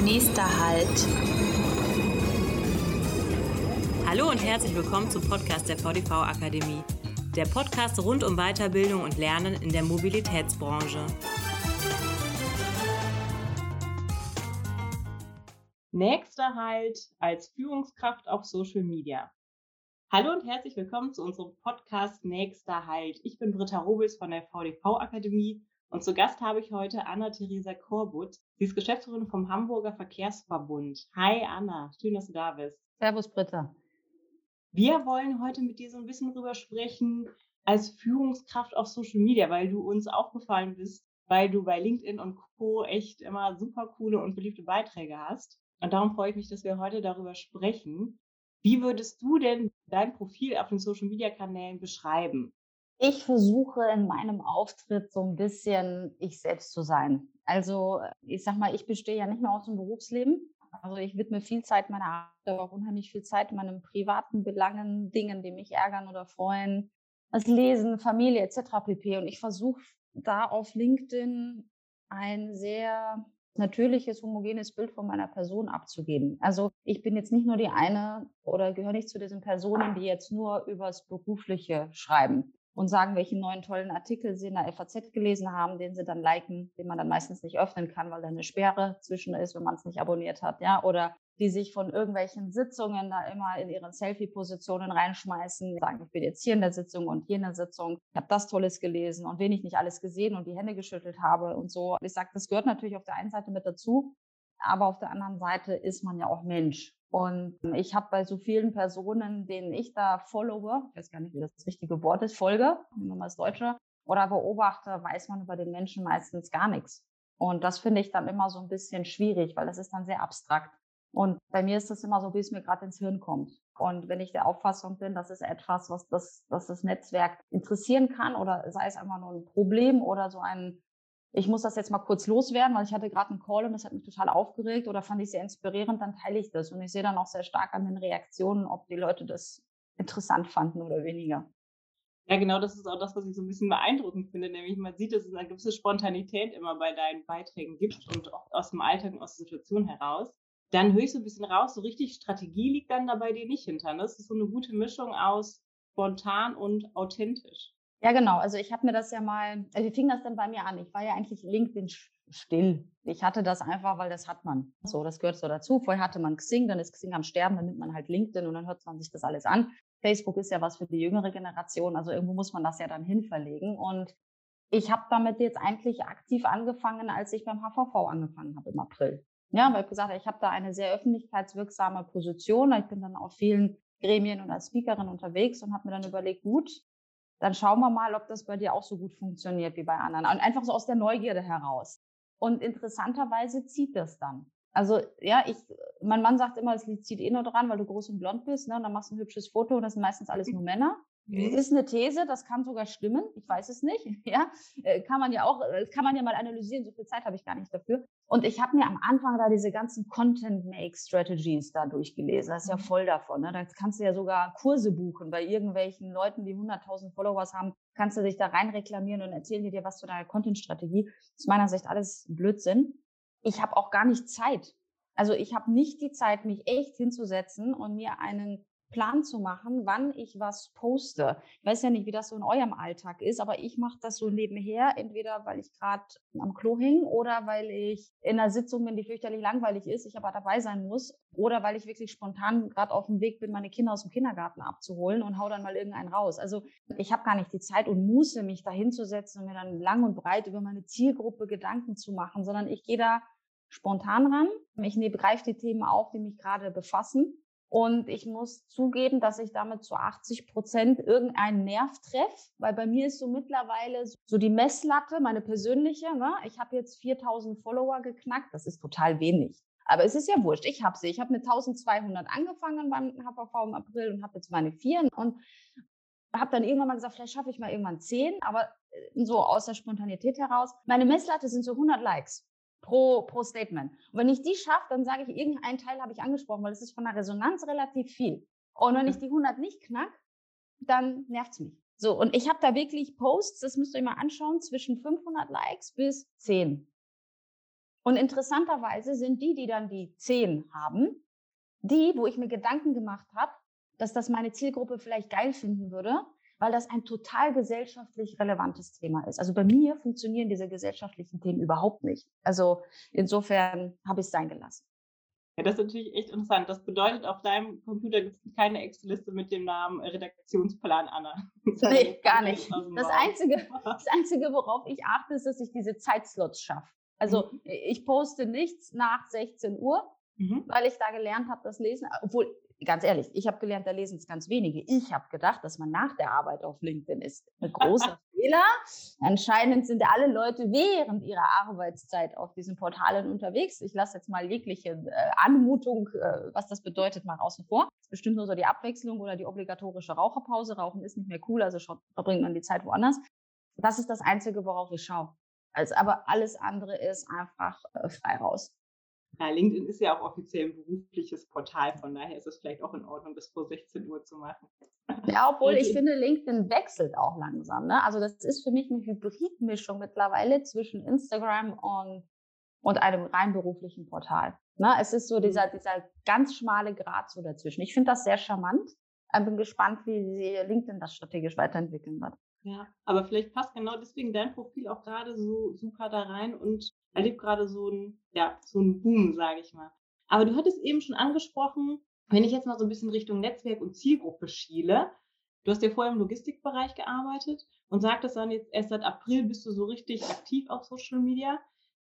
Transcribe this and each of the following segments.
Nächster Halt. Hallo und herzlich willkommen zum Podcast der VDV Akademie. Der Podcast rund um Weiterbildung und Lernen in der Mobilitätsbranche. Nächster Halt als Führungskraft auf Social Media. Hallo und herzlich willkommen zu unserem Podcast Nächster Halt. Ich bin Britta Robels von der VDV Akademie und zu Gast habe ich heute Anna-Theresa Korbut. Sie ist Geschäftsführerin vom Hamburger Verkehrsverbund. Hi Anna, schön, dass du da bist. Servus Britta. Wir wollen heute mit dir so ein bisschen drüber sprechen als Führungskraft auf Social Media, weil du uns aufgefallen bist, weil du bei LinkedIn und Co. echt immer super coole und beliebte Beiträge hast. Und darum freue ich mich, dass wir heute darüber sprechen. Wie würdest du denn dein Profil auf den Social-Media-Kanälen beschreiben? Ich versuche in meinem Auftritt so ein bisschen ich selbst zu sein. Also ich sag mal, ich bestehe ja nicht mehr aus dem Berufsleben. Also ich widme viel Zeit meiner Arbeit, aber auch unheimlich viel Zeit meinen privaten Belangen, Dingen, die mich ärgern oder freuen, das Lesen, Familie etc. pp. Und ich versuche da auf LinkedIn ein sehr natürliches, homogenes Bild von meiner Person abzugeben. Also ich bin jetzt nicht nur die eine oder gehöre nicht zu diesen Personen, die jetzt nur übers Berufliche schreiben und sagen, welche neuen tollen Artikel sie in der FAZ gelesen haben, den sie dann liken, den man dann meistens nicht öffnen kann, weil da eine Sperre zwischen ist, wenn man es nicht abonniert hat, ja, oder die sich von irgendwelchen Sitzungen da immer in ihren Selfie-Positionen reinschmeißen, sagen, ich bin jetzt hier in der Sitzung und jene Sitzung, ich habe das Tolles gelesen und wen ich nicht alles gesehen und die Hände geschüttelt habe und so. Ich sage, das gehört natürlich auf der einen Seite mit dazu, aber auf der anderen Seite ist man ja auch Mensch. Und ich habe bei so vielen Personen, denen ich da followe, ich weiß gar nicht, wie das richtige Wort ist, folge, nehmen wir mal das Deutsche, oder beobachte, weiß man über den Menschen meistens gar nichts. Und das finde ich dann immer so ein bisschen schwierig, weil das ist dann sehr abstrakt. Und bei mir ist das immer so, wie es mir gerade ins Hirn kommt. Und wenn ich der Auffassung bin, das ist etwas, was das Netzwerk interessieren kann, oder sei es einfach nur ein Problem oder so ein, ich muss das jetzt mal kurz loswerden, weil ich hatte gerade einen Call und das hat mich total aufgeregt oder fand ich sehr inspirierend, dann teile ich das. Und ich sehe dann auch sehr stark an den Reaktionen, ob die Leute das interessant fanden oder weniger. Ja, genau, das ist auch das, was ich so ein bisschen beeindruckend finde, nämlich man sieht, dass es eine gewisse Spontanität immer bei deinen Beiträgen gibt und auch aus dem Alltag und aus der Situation heraus. Dann höre ich so ein bisschen raus, so richtig Strategie liegt dann da bei dir nicht hinter. Ne? Das ist so eine gute Mischung aus spontan und authentisch. Ja, genau. Also ich habe mir das ja mal, wie fing das denn bei mir an? Ich war ja eigentlich LinkedIn still. Ich hatte das einfach, weil das hat man. So, das gehört so dazu. Vorher hatte man Xing, dann ist Xing am Sterben, dann nimmt man halt LinkedIn und dann hört man sich das alles an. Facebook ist ja was für die jüngere Generation, also irgendwo muss man das ja dann hinverlegen. Und ich habe damit jetzt eigentlich aktiv angefangen, als ich beim HVV angefangen habe im April. Ja, weil ich gesagt habe, ich habe da eine sehr öffentlichkeitswirksame Position. Ich bin dann auf vielen Gremien und als Speakerin unterwegs und habe mir dann überlegt, gut, dann schauen wir mal, ob das bei dir auch so gut funktioniert wie bei anderen. Und einfach so aus der Neugierde heraus. Und interessanterweise zieht das dann. Also ja, mein Mann sagt immer, es zieht eh nur dran, weil du groß und blond bist, ne? Und dann machst du ein hübsches Foto und das sind meistens alles nur Männer. Das ist eine These, das kann sogar stimmen. Ich weiß es nicht. Ja, kann man ja mal analysieren. So viel Zeit habe ich gar nicht dafür. Und ich habe mir am Anfang da diese ganzen Content-Make-Strategies da durchgelesen. Das ist ja voll davon. Ne? Da kannst du ja sogar Kurse buchen bei irgendwelchen Leuten, die 100.000 Followers haben. Kannst du dich da rein reklamieren und erzählen die dir was zu deiner Content-Strategie. Das ist meiner Sicht alles Blödsinn. Ich habe auch gar nicht Zeit. Also ich habe nicht die Zeit, mich echt hinzusetzen und mir einen Plan zu machen, wann ich was poste. Ich weiß ja nicht, wie das so in eurem Alltag ist, aber ich mache das so nebenher, entweder weil ich gerade am Klo hänge oder weil ich in einer Sitzung bin, die fürchterlich langweilig ist, ich aber dabei sein muss, oder weil ich wirklich spontan gerade auf dem Weg bin, meine Kinder aus dem Kindergarten abzuholen und hau dann mal irgendeinen raus. Also ich habe gar nicht die Zeit und Muße, mich da hinzusetzen und mir dann lang und breit über meine Zielgruppe Gedanken zu machen, sondern ich gehe da spontan ran. Ich begreife die Themen auf, die mich gerade befassen. Und ich muss zugeben, dass ich damit zu 80% irgendeinen Nerv treffe, weil bei mir ist so mittlerweile so die Messlatte, meine persönliche, ne? Ich habe jetzt 4.000 Follower geknackt, das ist total wenig. Aber es ist ja wurscht, ich habe sie. Ich habe mit 1.200 angefangen beim HVV im April und habe jetzt meine 4 und habe dann irgendwann mal gesagt, vielleicht schaffe ich mal irgendwann 10, aber so aus der Spontanität heraus. Meine Messlatte sind so 100 Likes. Pro Statement. Und wenn ich die schaffe, dann sage ich, irgendeinen Teil habe ich angesprochen, weil es ist von der Resonanz relativ viel. Und wenn ich die 100 nicht knack, dann nervt's mich. So, und ich habe da wirklich Posts, das müsst ihr euch mal anschauen, zwischen 500 Likes bis 10. Und interessanterweise sind die dann die 10 haben, die, wo ich mir Gedanken gemacht habe, dass das meine Zielgruppe vielleicht geil finden würde, weil das ein total gesellschaftlich relevantes Thema ist. Also bei mir funktionieren diese gesellschaftlichen Themen überhaupt nicht. Also insofern habe ich es sein gelassen. Ja, das ist natürlich echt interessant. Das bedeutet, auf deinem Computer gibt es keine Excel-Liste mit dem Namen Redaktionsplan Anna. Nee, gar nicht. Das Einzige, worauf ich achte, ist, dass ich diese Zeitslots schaffe. Also ich poste nichts nach 16 Uhr, weil ich da gelernt habe, das Lesen, obwohl, ganz ehrlich, ich habe gelernt, da lesen es ganz wenige. Ich habe gedacht, dass man nach der Arbeit auf LinkedIn ist. Ein großer Fehler. Anscheinend sind alle Leute während ihrer Arbeitszeit auf diesen Portalen unterwegs. Ich lasse jetzt mal jegliche Anmutung, was das bedeutet, mal außen vor. Das ist bestimmt nur so die Abwechslung oder die obligatorische Raucherpause. Rauchen ist nicht mehr cool, also verbringt man die Zeit woanders. Das ist das Einzige, worauf ich schaue. Aber alles andere ist einfach frei raus. Ja, LinkedIn ist ja auch offiziell ein berufliches Portal, von daher ist es vielleicht auch in Ordnung, das vor 16 Uhr zu machen. Ja, obwohl ich finde, LinkedIn wechselt auch langsam. Ne? Also das ist für mich eine Hybridmischung mittlerweile zwischen Instagram und einem rein beruflichen Portal. Ne? Es ist so dieser ganz schmale Grat so dazwischen. Ich finde das sehr charmant. Ich bin gespannt, wie LinkedIn das strategisch weiterentwickeln wird. Ja, aber vielleicht passt genau deswegen dein Profil auch gerade so super da rein und erlebt gerade so ein Boom, sage ich mal. Aber du hattest eben schon angesprochen, wenn ich jetzt mal so ein bisschen Richtung Netzwerk und Zielgruppe schiele, du hast ja vorher im Logistikbereich gearbeitet und sagtest dann jetzt erst seit April bist du so richtig aktiv auf Social Media.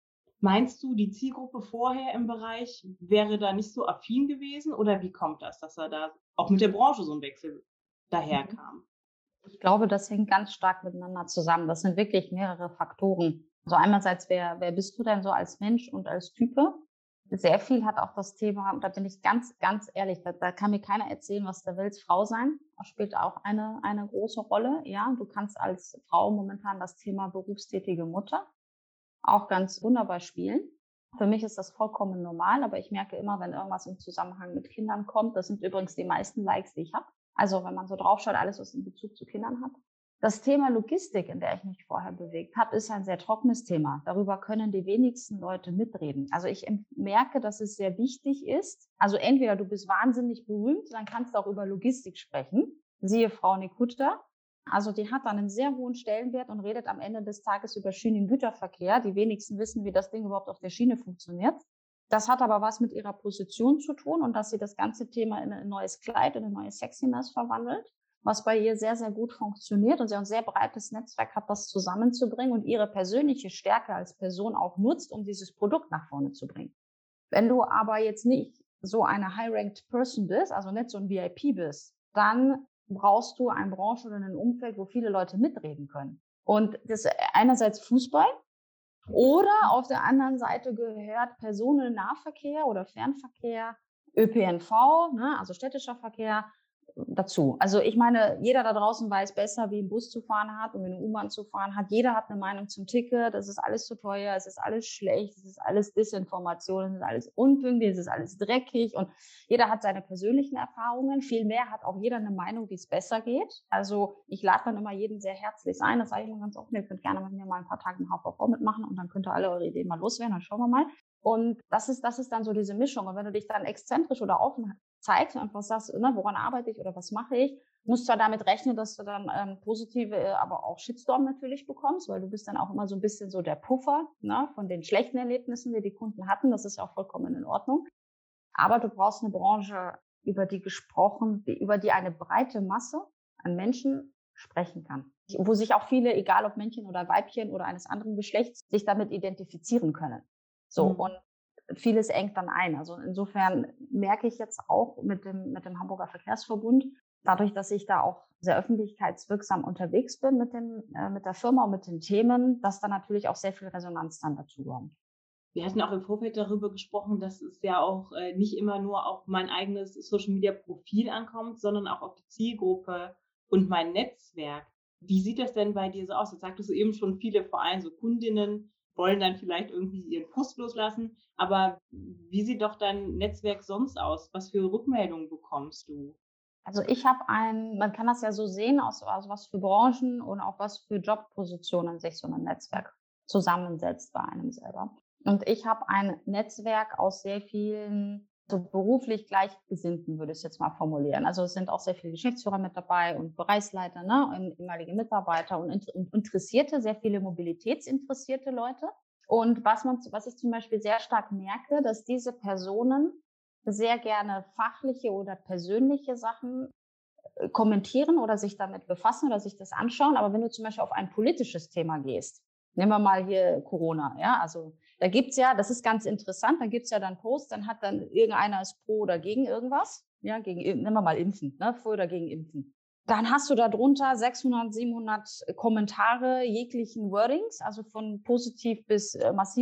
Meinst du, die Zielgruppe vorher im Bereich wäre da nicht so affin gewesen oder wie kommt das, dass da auch mit der Branche so ein Wechsel daherkam? Ich glaube, das hängt ganz stark miteinander zusammen. Das sind wirklich mehrere Faktoren. Also einerseits, wer bist du denn so als Mensch und als Type? Sehr viel hat auch das Thema, und da bin ich ganz, ganz ehrlich, da kann mir keiner erzählen, was der willst, Frau sein. Das spielt auch eine große Rolle. Ja, du kannst als Frau momentan das Thema berufstätige Mutter auch ganz wunderbar spielen. Für mich ist das vollkommen normal, aber ich merke immer, wenn irgendwas im Zusammenhang mit Kindern kommt, das sind übrigens die meisten Likes, die ich habe. Also wenn man so draufschaut, alles, was in Bezug zu Kindern hat. Das Thema Logistik, in der ich mich vorher bewegt habe, ist ein sehr trockenes Thema. Darüber können die wenigsten Leute mitreden. Also ich merke, dass es sehr wichtig ist. Also entweder du bist wahnsinnig berühmt, dann kannst du auch über Logistik sprechen. Siehe Frau Nikutta. Also die hat dann einen sehr hohen Stellenwert und redet am Ende des Tages über Schienengüterverkehr. Die wenigsten wissen, wie das Ding überhaupt auf der Schiene funktioniert. Das hat aber was mit ihrer Position zu tun und dass sie das ganze Thema in ein neues Kleid, in eine neue Sexiness verwandelt, was bei ihr sehr, sehr gut funktioniert und sie ein sehr breites Netzwerk hat, das zusammenzubringen und ihre persönliche Stärke als Person auch nutzt, um dieses Produkt nach vorne zu bringen. Wenn du aber jetzt nicht so eine high-ranked Person bist, also nicht so ein VIP bist, dann brauchst du eine Branche oder ein Umfeld, wo viele Leute mitreden können. Und das ist einerseits Fußball, oder auf der anderen Seite gehört Personennahverkehr oder Fernverkehr, ÖPNV, ne, also städtischer Verkehr, dazu. Also ich meine, jeder da draußen weiß besser, wie ein Bus zu fahren hat und wie eine U-Bahn zu fahren hat. Jeder hat eine Meinung zum Ticket. Es ist alles zu teuer, es ist alles schlecht, es ist alles Desinformation, es ist alles unpünktlich, es ist alles dreckig und jeder hat seine persönlichen Erfahrungen. Vielmehr hat auch jeder eine Meinung, wie es besser geht. Also ich lade dann immer jeden sehr herzlich ein. Das sage ich immer ganz offen. Ihr könnt gerne mit mir mal ein paar Tage in HVV mitmachen und dann könnt ihr alle eure Ideen mal loswerden. Dann schauen wir mal. Und das ist dann so diese Mischung. Und wenn du dich dann exzentrisch oder offen zeigst und einfach sagst, ne, woran arbeite ich oder was mache ich, musst du damit rechnen, dass du dann positive, aber auch Shitstorm natürlich bekommst, weil du bist dann auch immer so ein bisschen so der Puffer, ne, von den schlechten Erlebnissen, die Kunden hatten. Das ist ja auch vollkommen in Ordnung. Aber du brauchst eine Branche, über die eine breite Masse an Menschen sprechen kann. Wo sich auch viele, egal ob Männchen oder Weibchen oder eines anderen Geschlechts, sich damit identifizieren können. So, und vieles engt dann ein. Also insofern merke ich jetzt auch mit dem Hamburger Verkehrsverbund, dadurch, dass ich da auch sehr öffentlichkeitswirksam unterwegs bin mit der Firma und mit den Themen, dass da natürlich auch sehr viel Resonanz dann dazu kommt. Wir hatten auch im Vorfeld darüber gesprochen, dass es ja auch nicht immer nur auf mein eigenes Social-Media-Profil ankommt, sondern auch auf die Zielgruppe und mein Netzwerk. Wie sieht das denn bei dir so aus? Jetzt sagtest du eben schon, viele, vor allem so Kundinnen, wollen dann vielleicht irgendwie ihren Post loslassen. Aber wie sieht doch dein Netzwerk sonst aus? Was für Rückmeldungen bekommst du? Also ich habe man kann das ja so sehen, aus was für Branchen und auch was für Jobpositionen sich so ein Netzwerk zusammensetzt bei einem selber. Und ich habe ein Netzwerk aus sehr vielen, so beruflich Gleichgesinnten, würde ich es jetzt mal formulieren. Also es sind auch sehr viele Geschäftsführer mit dabei und Bereichsleiter, ne, und ehemalige Mitarbeiter und Interessierte, sehr viele mobilitätsinteressierte Leute. Und was ich zum Beispiel sehr stark merke, dass diese Personen sehr gerne fachliche oder persönliche Sachen kommentieren oder sich damit befassen oder sich das anschauen. Aber wenn du zum Beispiel auf ein politisches Thema gehst, nehmen wir mal hier Corona, ja, also da gibt's ja, das ist ganz interessant, da gibt's ja dann Posts, dann hat dann irgendeiner ist pro oder gegen irgendwas, ja, nehmen wir mal Impfen, ne, für oder gegen Impfen. Dann hast du da drunter 600, 700 Kommentare jeglichen Wordings, also von positiv bis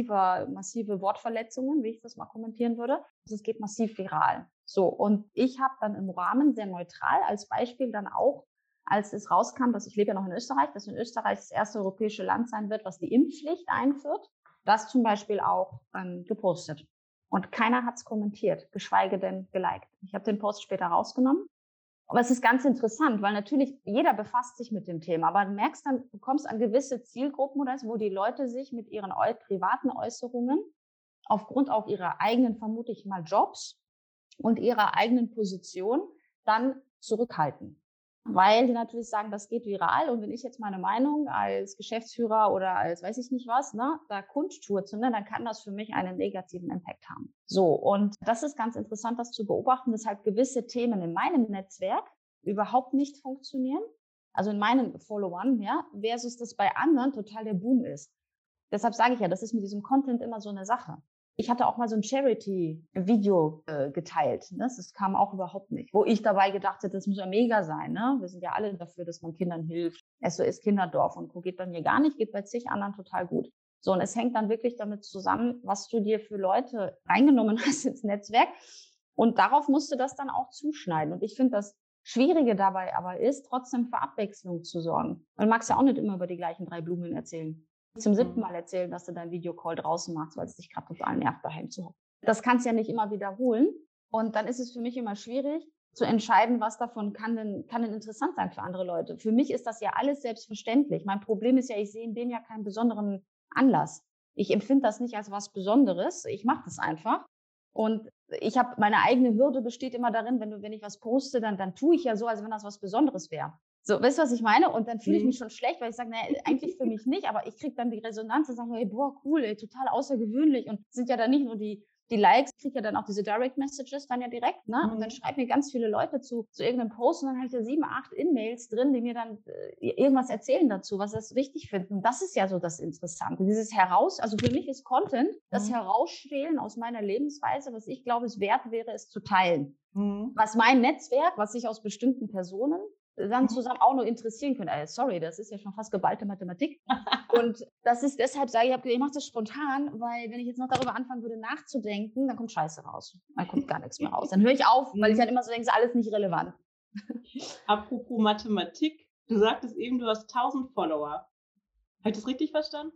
massive Wortverletzungen, wie ich das mal kommentieren würde. Also es geht massiv viral. So, und ich habe dann im Rahmen sehr neutral als Beispiel dann auch, als es rauskam, dass ich lebe ja noch in Österreich, dass in Österreich das erste europäische Land sein wird, was die Impfpflicht einführt, das zum Beispiel auch gepostet. Und keiner hat es kommentiert, geschweige denn geliked. Ich habe den Post später rausgenommen. Aber es ist ganz interessant, weil natürlich jeder befasst sich mit dem Thema, aber du merkst dann, du kommst an gewisse Zielgruppen oder so, wo die Leute sich mit ihren privaten Äußerungen aufgrund auch ihrer eigenen, vermute ich mal, Jobs und ihrer eigenen Position dann zurückhalten. Weil die natürlich sagen, das geht viral und wenn ich jetzt meine Meinung als Geschäftsführer oder als weiß ich nicht was, ne, da kundtue, ne, dann kann das für mich einen negativen Impact haben. So, und das ist ganz interessant, das zu beobachten, dass halt gewisse Themen in meinem Netzwerk überhaupt nicht funktionieren, also in meinen Followern, ja, versus das bei anderen total der Boom ist. Deshalb sage ich ja, das ist mit diesem Content immer so eine Sache. Ich hatte auch mal so ein Charity-Video geteilt. Ne? Das kam auch überhaupt nicht. Wo ich dabei gedacht hätte, das muss ja mega sein. Ne? Wir sind ja alle dafür, dass man Kindern hilft. SOS Kinderdorf und Co. geht bei mir gar nicht, geht bei zig anderen total gut. So, und es hängt dann wirklich damit zusammen, was du dir für Leute reingenommen hast ins Netzwerk. Und darauf musst du das dann auch zuschneiden. Und ich finde, das Schwierige dabei aber ist, trotzdem für Abwechslung zu sorgen. Weil du magst ja auch nicht immer über die gleichen 3 Blumen erzählen. Zum 7. Mal erzählen, dass du dein Videocall draußen machst, weil es dich gerade total nervt, daheim zu hocken. Das kannst du ja nicht immer wiederholen. Und dann ist es für mich immer schwierig zu entscheiden, was davon kann denn interessant sein für andere Leute. Für mich ist das ja alles selbstverständlich. Mein Problem ist ja, ich sehe in dem ja keinen besonderen Anlass. Ich empfinde das nicht als was Besonderes. Ich mache das einfach. Und ich habe meine eigene Hürde besteht immer darin, wenn ich was poste, dann tue ich ja so, als wenn das was Besonderes wäre. So, weißt du, was ich meine? Und dann fühle ich mich schon schlecht, weil ich sage, naja, eigentlich für mich nicht, aber ich kriege dann die Resonanz und sage, hey, boah, cool, ey, total außergewöhnlich. Und sind ja dann nicht nur die Likes, ich kriege ja dann auch diese Direct Messages dann ja direkt, ne? Und dann schreiben mir ganz viele Leute zu irgendeinem Post und dann habe ich ja 7, 8 In-Mails drin, die mir dann irgendwas erzählen dazu, was sie wichtig finden. Und das ist ja so das Interessante. Dieses also für mich ist Content das Herausschälen aus meiner Lebensweise, was ich glaube, es wert wäre, es zu teilen. Was mein Netzwerk, was sich aus bestimmten Personen dann zusammen auch nur interessieren können. Sorry, das ist ja schon fast geballte Mathematik. Und das ist deshalb, sage ich mache das spontan, weil wenn ich jetzt noch darüber anfangen würde nachzudenken, dann kommt Scheiße raus. Dann kommt gar nichts mehr raus. Dann höre ich auf, weil ich halt immer so denke, ist alles nicht relevant. Apropos Mathematik, du sagtest eben, du hast 1000 Follower. Habe ich das richtig verstanden?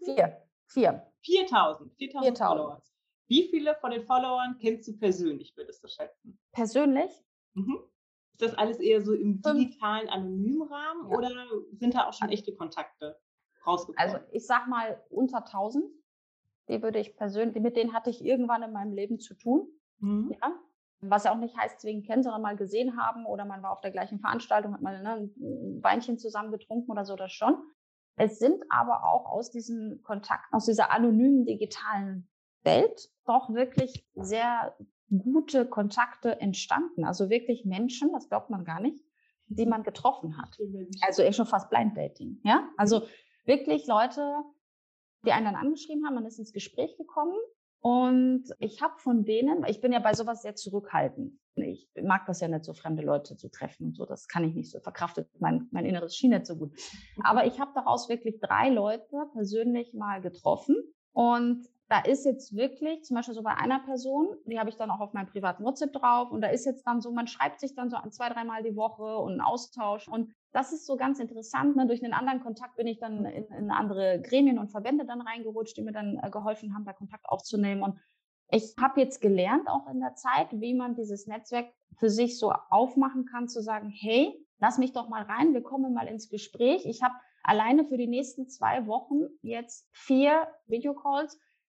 4000 Follower. Wie viele von den Followern kennst du persönlich, würdest du schätzen? Persönlich? Ist das alles eher so im digitalen, anonymen Rahmen oder sind da auch schon echte Kontakte rausgekommen? Also ich sag mal unter 1000. Die würde ich persönlich, mit denen hatte ich irgendwann in meinem Leben zu tun. Ja. Was ja auch nicht heißt, zwingend kennen, sondern mal gesehen haben oder man war auf der gleichen Veranstaltung, hat mal ein Weinchen zusammen getrunken oder so, das schon. Es sind aber auch aus diesen Kontakten, aus dieser anonymen digitalen Welt doch wirklich sehr gute Kontakte entstanden. Also wirklich Menschen, das glaubt man gar nicht, die man getroffen hat. Also eher schon fast Blind Dating. Ja? Also wirklich Leute, die einen dann angeschrieben haben, man ist ins Gespräch gekommen und ich habe von denen, ich bin ja bei sowas sehr zurückhaltend. Ich mag das ja nicht so, fremde Leute zu treffen und so, das kann ich nicht so, verkraftet mein inneres Ski nicht so gut. Aber ich habe daraus wirklich 3 Leute persönlich mal getroffen und da ist jetzt wirklich, zum Beispiel so bei einer Person, die habe ich dann auch auf meinem privaten WhatsApp drauf und da ist jetzt dann so, man schreibt sich dann so 2, 3 Mal die Woche und einen Austausch und das ist so ganz interessant. Ne? Durch einen anderen Kontakt bin ich dann in andere Gremien und Verbände dann reingerutscht, die mir dann geholfen haben, da Kontakt aufzunehmen und ich habe jetzt gelernt auch in der Zeit, wie man dieses Netzwerk für sich so aufmachen kann, zu sagen, hey, lass mich doch mal rein, wir kommen mal ins Gespräch. Ich habe alleine für die nächsten 2 Wochen jetzt 4 Videocalls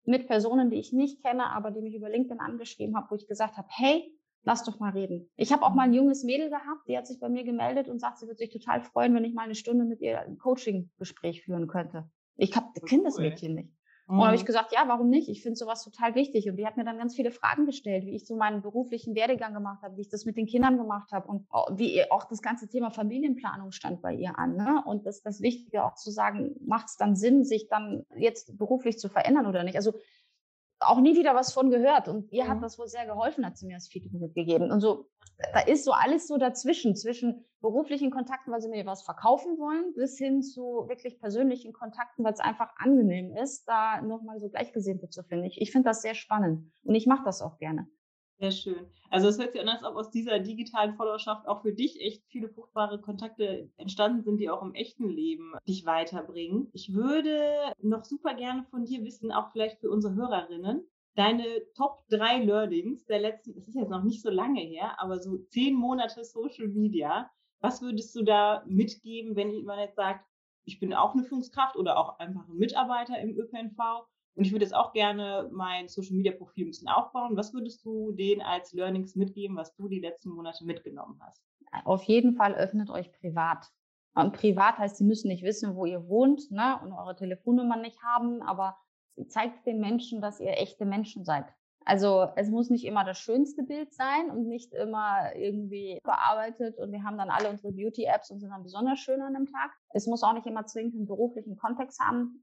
mit Personen, die ich nicht kenne, aber die mich über LinkedIn angeschrieben haben, wo ich gesagt habe, hey, lass doch mal reden. Ich habe auch mal ein junges Mädel gehabt, die hat sich bei mir gemeldet und sagt, sie würde sich total freuen, wenn ich mal eine Stunde mit ihr ein Coaching-Gespräch führen könnte. Ich kenne das Mädchen nicht. Und dann habe ich gesagt, ja, warum nicht? Ich finde sowas total wichtig. Und die hat mir dann ganz viele Fragen gestellt, wie ich so meinen beruflichen Werdegang gemacht habe, wie ich das mit den Kindern gemacht habe und wie auch das ganze Thema Familienplanung stand bei ihr an. Ne? Und das Wichtige auch zu sagen, macht es dann Sinn, sich dann jetzt beruflich zu verändern oder nicht? Also auch nie wieder was von gehört. Und ihr hat das wohl sehr geholfen, hat sie mir das Feedback gegeben. Und so, da ist so alles so dazwischen, zwischen beruflichen Kontakten, weil sie mir was verkaufen wollen, bis hin zu wirklich persönlichen Kontakten, weil es einfach angenehm ist, da nochmal so Gleichgesinnte zu finden. Ich finde das sehr spannend und ich mache das auch gerne. Sehr schön. Also es hört sich an, als ob aus dieser digitalen Followerschaft auch für dich echt viele fruchtbare Kontakte entstanden sind, die auch im echten Leben dich weiterbringen. Ich würde noch super gerne von dir wissen, auch vielleicht für unsere Hörerinnen, deine Top 3 Learnings der letzten, es ist jetzt noch nicht so lange her, aber so 10 Monate Social Media. Was würdest du da mitgeben, wenn jemand jetzt sagt, ich bin auch eine Führungskraft oder auch einfach ein Mitarbeiter im ÖPNV? Und ich würde jetzt auch gerne mein Social-Media-Profil ein bisschen aufbauen. Was würdest du denen als Learnings mitgeben, was du die letzten Monate mitgenommen hast? Auf jeden Fall öffnet euch privat. Und privat heißt, sie müssen nicht wissen, wo ihr wohnt, ne, und eure Telefonnummer nicht haben, aber zeigt den Menschen, dass ihr echte Menschen seid. Also es muss nicht immer das schönste Bild sein und nicht immer irgendwie bearbeitet und wir haben dann alle unsere Beauty-Apps und sind dann besonders schön an dem Tag. Es muss auch nicht immer zwingend einen beruflichen Kontext haben.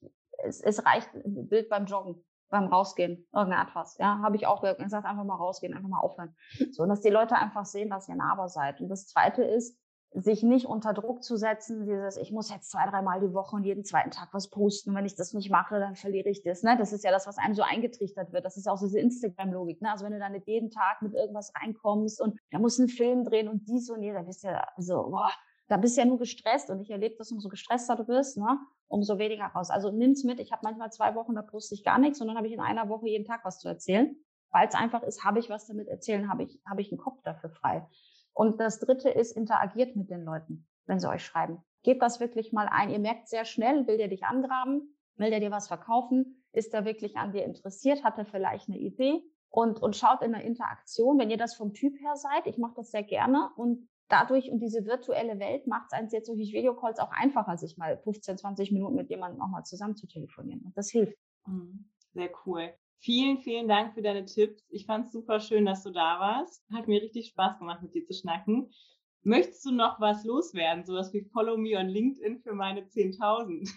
Es reicht ein Bild beim Joggen, beim Rausgehen, irgendetwas. Ja, habe ich auch gesagt, einfach mal rausgehen, einfach mal aufhören. So, und dass die Leute einfach sehen, dass ihr nahbar seid. Und das Zweite ist, sich nicht unter Druck zu setzen, ich muss jetzt 2-3 Mal die Woche und jeden zweiten Tag was posten. Und wenn ich das nicht mache, dann verliere ich das. Ne? Das ist ja das, was einem so eingetrichtert wird. Das ist ja auch so diese Instagram-Logik. Ne? Also wenn du dann nicht jeden Tag mit irgendwas reinkommst und da musst du einen Film drehen und dies und jenes, dann bist du ja so, da bist du ja nur gestresst. Und ich erlebe das, umso gestresster du bist, ne? Umso weniger raus. Also nimm's mit. Ich habe manchmal 2 Wochen, da poste ich gar nichts und dann habe ich in einer Woche jeden Tag was zu erzählen. Weil es einfach ist, habe ich was damit erzählen, habe ich einen Kopf dafür frei. Und das Dritte ist, interagiert mit den Leuten, wenn sie euch schreiben. Gebt das wirklich mal ein. Ihr merkt sehr schnell, will der dich angraben, will der dir was verkaufen, ist er wirklich an dir interessiert, hat er vielleicht eine Idee und schaut in der Interaktion, wenn ihr das vom Typ her seid, ich mache das sehr gerne und dadurch und diese virtuelle Welt macht es eins jetzt durch Videocalls auch einfacher, sich mal 15, 20 Minuten mit jemandem nochmal zusammen zu telefonieren. Und das hilft. Sehr cool. Vielen, vielen Dank für deine Tipps. Ich fand es super schön, dass du da warst. Hat mir richtig Spaß gemacht, mit dir zu schnacken. Möchtest du noch was loswerden? Sowas wie Follow Me on LinkedIn für meine 10.000?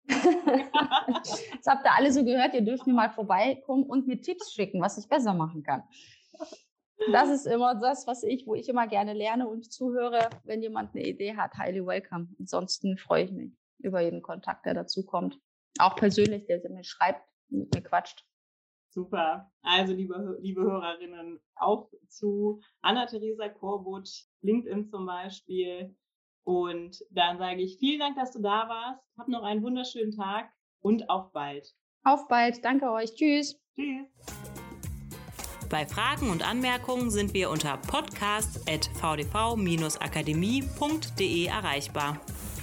Das habt ihr alle so gehört. Ihr dürft mir mal vorbeikommen und mir Tipps schicken, was ich besser machen kann. Das ist immer das, wo ich immer gerne lerne und zuhöre. Wenn jemand eine Idee hat, highly welcome. Ansonsten freue ich mich über jeden Kontakt, der dazu kommt. Auch persönlich, der mir schreibt und mit mir quatscht. Super. Also, liebe Hörerinnen, auch zu Anna-Theresa Korbut, LinkedIn zum Beispiel. Und dann sage ich vielen Dank, dass du da warst. Hab noch einen wunderschönen Tag und auf bald. Auf bald. Danke euch. Tschüss. Tschüss. Bei Fragen und Anmerkungen sind wir unter podcast@vdv-akademie.de erreichbar.